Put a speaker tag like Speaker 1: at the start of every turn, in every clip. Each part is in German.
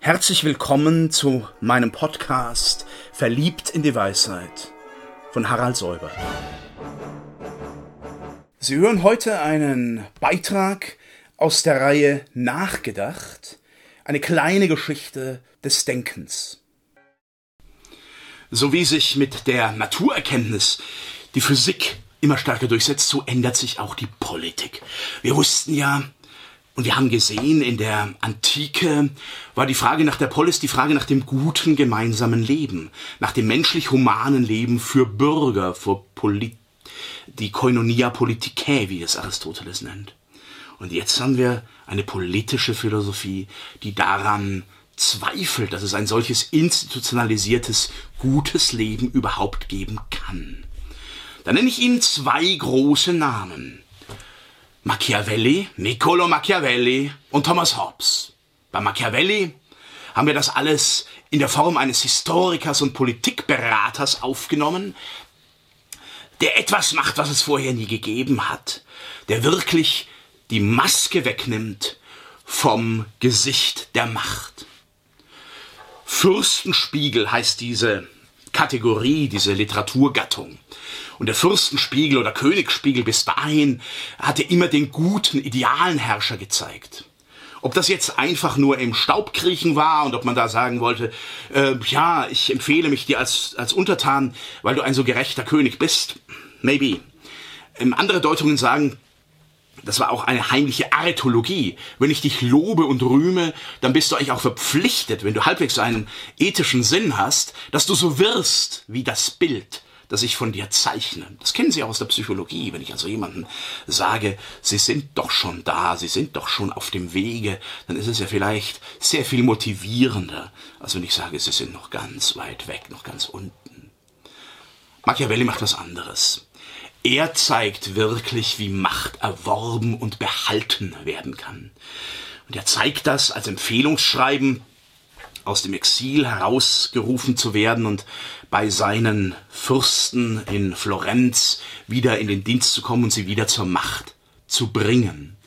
Speaker 1: Herzlich willkommen zu meinem Podcast Verliebt in die Weisheit von Harald Säubert. Sie hören heute einen Beitrag aus der Reihe Nachgedacht, eine kleine Geschichte des Denkens. So wie sich mit der Naturerkenntnis die Physik immer stärker durchsetzt, so ändert sich auch die Politik. Wir wussten ja, und wir haben gesehen, in der Antike war die Frage nach der Polis die Frage nach dem guten gemeinsamen Leben, nach dem menschlich-humanen Leben für Bürger, für die Koinonia Politicae, wie es Aristoteles nennt. Und jetzt haben wir eine politische Philosophie, die daran zweifelt, dass es ein solches institutionalisiertes, gutes Leben überhaupt geben kann. Da nenne ich Ihnen zwei große Namen. Machiavelli, Niccolò Machiavelli und Thomas Hobbes. Bei Machiavelli haben wir das alles in der Form eines Historikers und Politikberaters aufgenommen, der etwas macht, was es vorher nie gegeben hat, der wirklich die Maske wegnimmt vom Gesicht der Macht. Fürstenspiegel heißt diese Kategorie, diese Literaturgattung. Und der Fürstenspiegel oder Königsspiegel bis dahin hatte immer den guten, idealen Herrscher gezeigt. Ob das jetzt einfach nur im Staubkriechen war und ob man da sagen wollte, ja, ich empfehle mich dir als Untertan, weil du ein so gerechter König bist. Maybe. Andere Deutungen sagen, das war auch eine heimliche Arethologie. Wenn ich dich lobe und rühme, dann bist du eigentlich auch verpflichtet, wenn du halbwegs einen ethischen Sinn hast, dass du so wirst wie das Bild, das ich von dir zeichne. Das kennen Sie auch aus der Psychologie. Wenn ich also jemandem sage, Sie sind doch schon da, Sie sind doch schon auf dem Wege, dann ist es ja vielleicht sehr viel motivierender, als wenn ich sage, Sie sind noch ganz weit weg, noch ganz unten. Machiavelli macht was anderes. Er zeigt wirklich, wie Macht erworben und behalten werden kann. Und er zeigt das als Empfehlungsschreiben, aus dem Exil herausgerufen zu werden und bei seinen Fürsten in Florenz wieder in den Dienst zu kommen und sie wieder zur Macht zu bringen.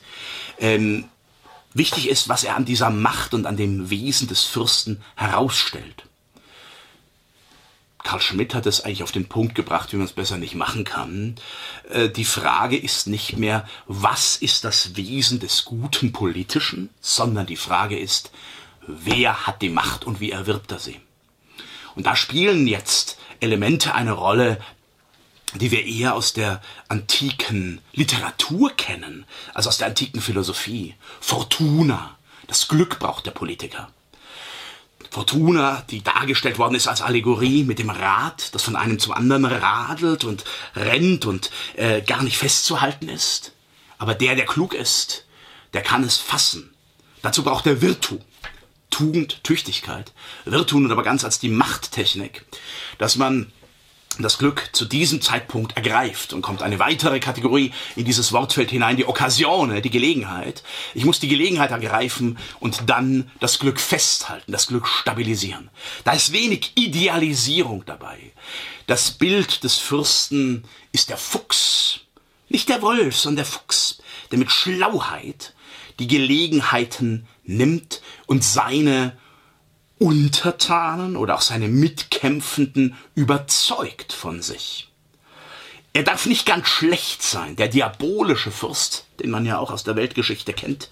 Speaker 1: Wichtig ist, was er an dieser Macht und an dem Wesen des Fürsten herausstellt. Carl Schmitt hat es eigentlich auf den Punkt gebracht, wie man es besser nicht machen kann. Die Frage ist nicht mehr, was ist das Wesen des guten Politischen, sondern die Frage ist, wer hat die Macht und wie erwirbt er sie? Und da spielen jetzt Elemente eine Rolle, die wir eher aus der antiken Literatur kennen, als aus der antiken Philosophie. Fortuna, das Glück braucht der Politiker. Fortuna, die dargestellt worden ist als Allegorie mit dem Rad, das von einem zum anderen radelt und rennt und gar nicht festzuhalten ist. Aber der klug ist, der kann es fassen. Dazu braucht er Virtu. Tugend, Tüchtigkeit. Virtu nun aber ganz als die Machttechnik, dass man das Glück zu diesem Zeitpunkt ergreift. Und kommt eine weitere Kategorie in dieses Wortfeld hinein, die Occasione, die Gelegenheit. Ich muss die Gelegenheit ergreifen und dann das Glück festhalten, das Glück stabilisieren. Da ist wenig Idealisierung dabei. Das Bild des Fürsten ist der Fuchs, nicht der Wolf, sondern der Fuchs, der mit Schlauheit die Gelegenheiten nimmt und seine Untertanen oder auch seine Mitkämpfenden überzeugt von sich. Er darf nicht ganz schlecht sein, der diabolische Fürst, den man ja auch aus der Weltgeschichte kennt.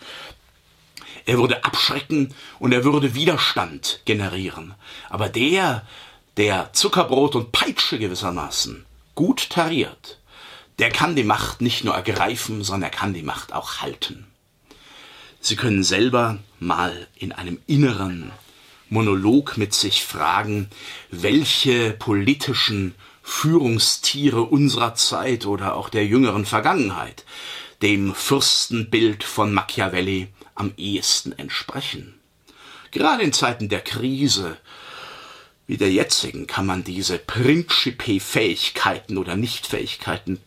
Speaker 1: Er würde abschrecken und er würde Widerstand generieren. Aber der Zuckerbrot und Peitsche gewissermaßen gut tariert, der kann die Macht nicht nur ergreifen, sondern er kann die Macht auch halten. Sie können selber mal in einem inneren Monolog mit sich fragen, welche politischen Führungstiere unserer Zeit oder auch der jüngeren Vergangenheit dem Fürstenbild von Machiavelli am ehesten entsprechen. Gerade in Zeiten der Krise wie der jetzigen kann man diese Principe-Fähigkeiten oder Nichtfähigkeiten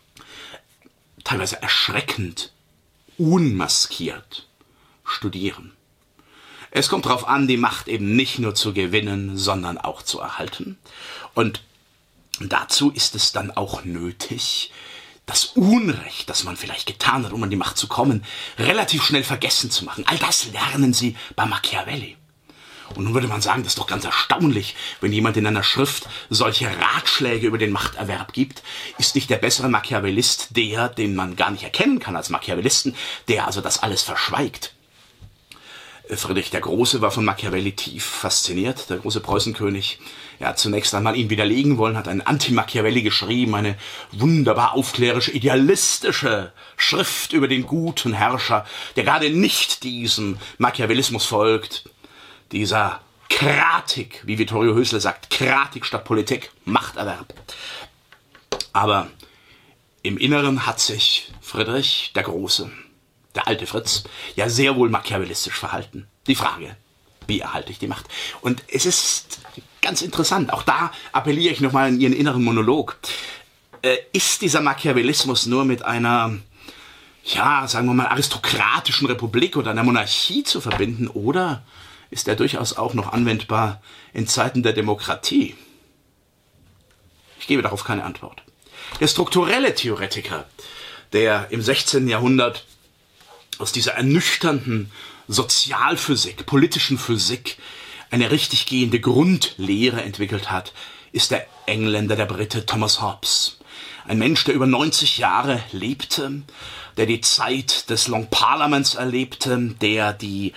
Speaker 1: teilweise erschreckend unmaskiert studieren. Es kommt darauf an, die Macht eben nicht nur zu gewinnen, sondern auch zu erhalten. Und dazu ist es dann auch nötig, das Unrecht, das man vielleicht getan hat, um an die Macht zu kommen, relativ schnell vergessen zu machen. All das lernen Sie bei Machiavelli. Und nun würde man sagen, das ist doch ganz erstaunlich, wenn jemand in einer Schrift solche Ratschläge über den Machterwerb gibt. Ist nicht der bessere Machiavellist der, den man gar nicht erkennen kann als Machiavellisten, der also das alles verschweigt? Friedrich der Große war von Machiavelli tief fasziniert, der große Preußenkönig. Er hat zunächst einmal ihn widerlegen wollen, hat einen Anti-Machiavelli geschrieben, eine wunderbar aufklärische, idealistische Schrift über den guten Herrscher, der gerade nicht diesem Machiavellismus folgt, dieser Kratik, wie Vittorio Hösle sagt, Kratik statt Politik, Machterwerb. Aber im Inneren hat sich Friedrich der Große, der alte Fritz, ja sehr wohl machiavellistisch verhalten. Die Frage, wie erhalte ich die Macht? Und es ist ganz interessant, auch da appelliere ich nochmal an Ihren inneren Monolog. Ist dieser Machiavellismus nur mit einer, ja, sagen wir mal, aristokratischen Republik oder einer Monarchie zu verbinden, oder ist er durchaus auch noch anwendbar in Zeiten der Demokratie? Ich gebe darauf keine Antwort. Der strukturelle Theoretiker, der im 16. Jahrhundert aus dieser ernüchternden Sozialphysik, politischen Physik, eine richtig gehende Grundlehre entwickelt hat, ist der Engländer, der Brite Thomas Hobbes. Ein Mensch, der über 90 Jahre lebte, der die Zeit des Long Parliaments erlebte, der die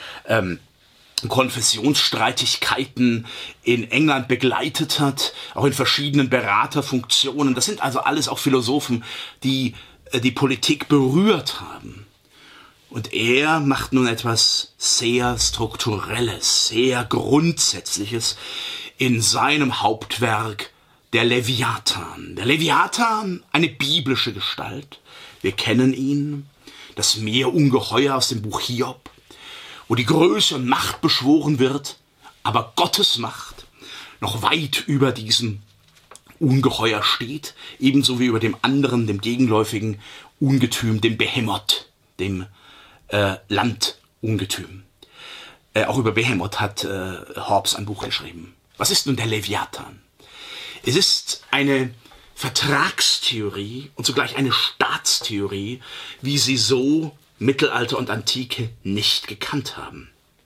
Speaker 1: Konfessionsstreitigkeiten in England begleitet hat, auch in verschiedenen Beraterfunktionen. Das sind also alles auch Philosophen, die die Politik berührt haben. Und er macht nun etwas sehr Strukturelles, sehr Grundsätzliches in seinem Hauptwerk, der Leviathan. Der Leviathan, eine biblische Gestalt. Wir kennen ihn, das Meerungeheuer aus dem Buch Hiob, wo die Größe und Macht beschworen wird, aber Gottes Macht noch weit über diesem Ungeheuer steht, ebenso wie über dem anderen, dem gegenläufigen Ungetüm, dem Behemoth, dem Landungetüm. Auch über Behemoth hat Hobbes ein Buch geschrieben. Was ist nun der Leviathan? Es ist eine Vertragstheorie und zugleich eine Staatstheorie, wie sie so Mittelalter und Antike nicht gekannt haben.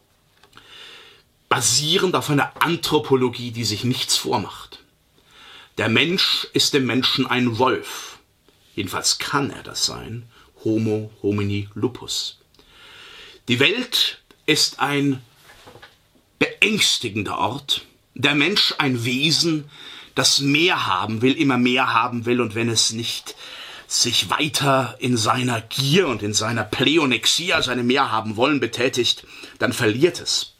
Speaker 1: Basierend auf einer Anthropologie, die sich nichts vormacht. Der Mensch ist dem Menschen ein Wolf. Jedenfalls kann er das sein. Homo homini lupus. Die Welt ist ein beängstigender Ort. Der Mensch ein Wesen, das mehr haben will, immer mehr haben will, und wenn es nicht sich weiter in seiner Gier und in seiner Pleonexia, seine mehr haben wollen, betätigt, dann verliert es.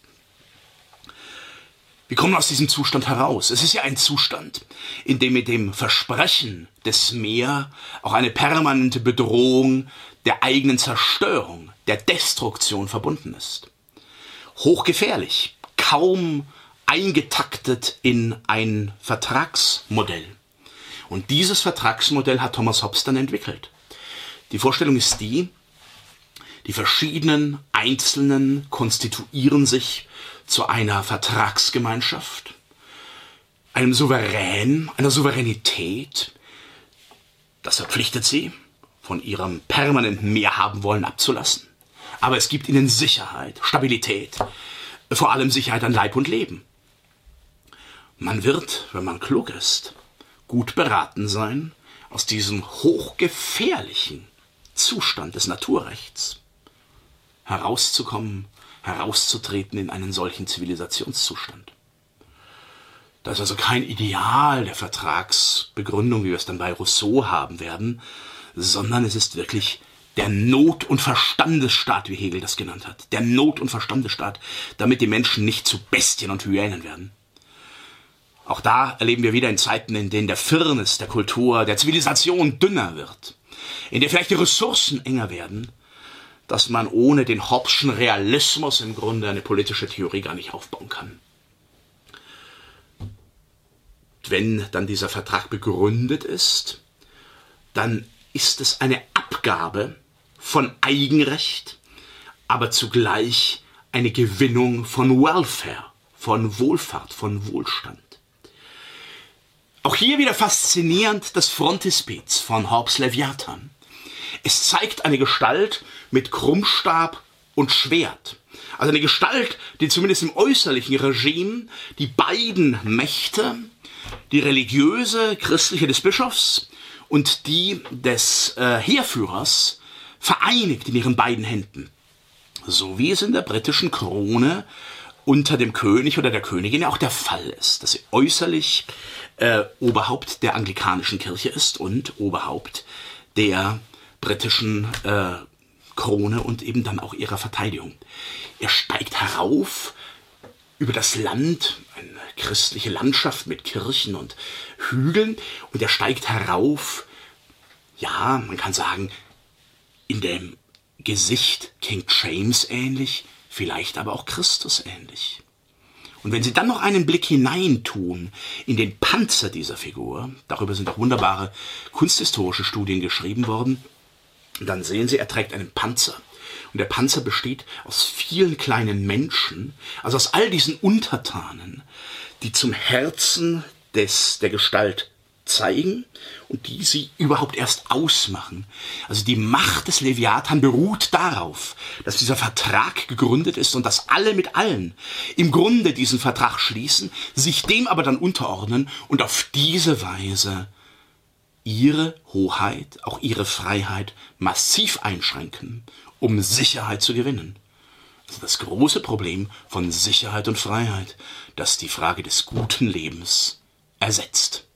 Speaker 1: Wir kommen aus diesem Zustand heraus. Es ist ja ein Zustand, in dem mit dem Versprechen des Mehr auch eine permanente Bedrohung der eigenen Zerstörung, der Destruktion verbunden ist. Hochgefährlich, kaum eingetaktet in ein Vertragsmodell. Und dieses Vertragsmodell hat Thomas Hobbes dann entwickelt. Die Vorstellung ist die verschiedenen Einzelnen konstituieren sich zu einer Vertragsgemeinschaft, einem Souverän, einer Souveränität. Das verpflichtet sie, von ihrem permanenten Mehrhabenwollen abzulassen. Aber es gibt ihnen Sicherheit, Stabilität, vor allem Sicherheit an Leib und Leben. Man wird, wenn man klug ist, gut beraten sein, aus diesem hochgefährlichen Zustand des Naturrechts herauszukommen, herauszutreten in einen solchen Zivilisationszustand. Das ist also kein Ideal der Vertragsbegründung, wie wir es dann bei Rousseau haben werden, sondern es ist wirklich der Not- und Verstandesstaat, wie Hegel das genannt hat. Der Not- und Verstandesstaat, damit die Menschen nicht zu Bestien und Hyänen werden. Auch da erleben wir wieder in Zeiten, in denen der Firnis der Kultur, der Zivilisation dünner wird, in der vielleicht die Ressourcen enger werden, dass man ohne den Hobbes'schen Realismus im Grunde eine politische Theorie gar nicht aufbauen kann. Wenn dann dieser Vertrag begründet ist, dann ist es eine Abgabe von Eigenrecht, aber zugleich eine Gewinnung von Welfare, von Wohlfahrt, von Wohlstand. Auch hier wieder faszinierend das Frontispiz von Hobbes' Leviathan. Es zeigt eine Gestalt mit Krummstab und Schwert, Also eine Gestalt, die zumindest im äußerlichen Regime die beiden Mächte, die religiöse, christliche des Bischofs und die des Heerführers, vereinigt in ihren beiden Händen. So wie es in der britischen Krone unter dem König oder der Königin ja auch der Fall ist, dass sie äußerlich Oberhaupt der anglikanischen Kirche ist und Oberhaupt der britischen Krone und eben dann auch ihrer Verteidigung. Er steigt herauf über das Land, eine christliche Landschaft mit Kirchen und Hügeln, und er steigt herauf, ja, man kann sagen, in dem Gesicht King James ähnlich, vielleicht aber auch Christus ähnlich. Und wenn Sie dann noch einen Blick hineintun in den Panzer dieser Figur, darüber sind auch wunderbare kunsthistorische Studien geschrieben worden, dann sehen Sie, er trägt einen Panzer. Und der Panzer besteht aus vielen kleinen Menschen, also aus all diesen Untertanen, die zum Herzen der Gestalt zeigen und die sie überhaupt erst ausmachen. Also die Macht des Leviathan beruht darauf, dass dieser Vertrag gegründet ist und dass alle mit allen im Grunde diesen Vertrag schließen, sich dem aber dann unterordnen und auf diese Weise ihre Hoheit, auch ihre Freiheit massiv einschränken, um Sicherheit zu gewinnen. Also das große Problem von Sicherheit und Freiheit, das die Frage des guten Lebens ersetzt.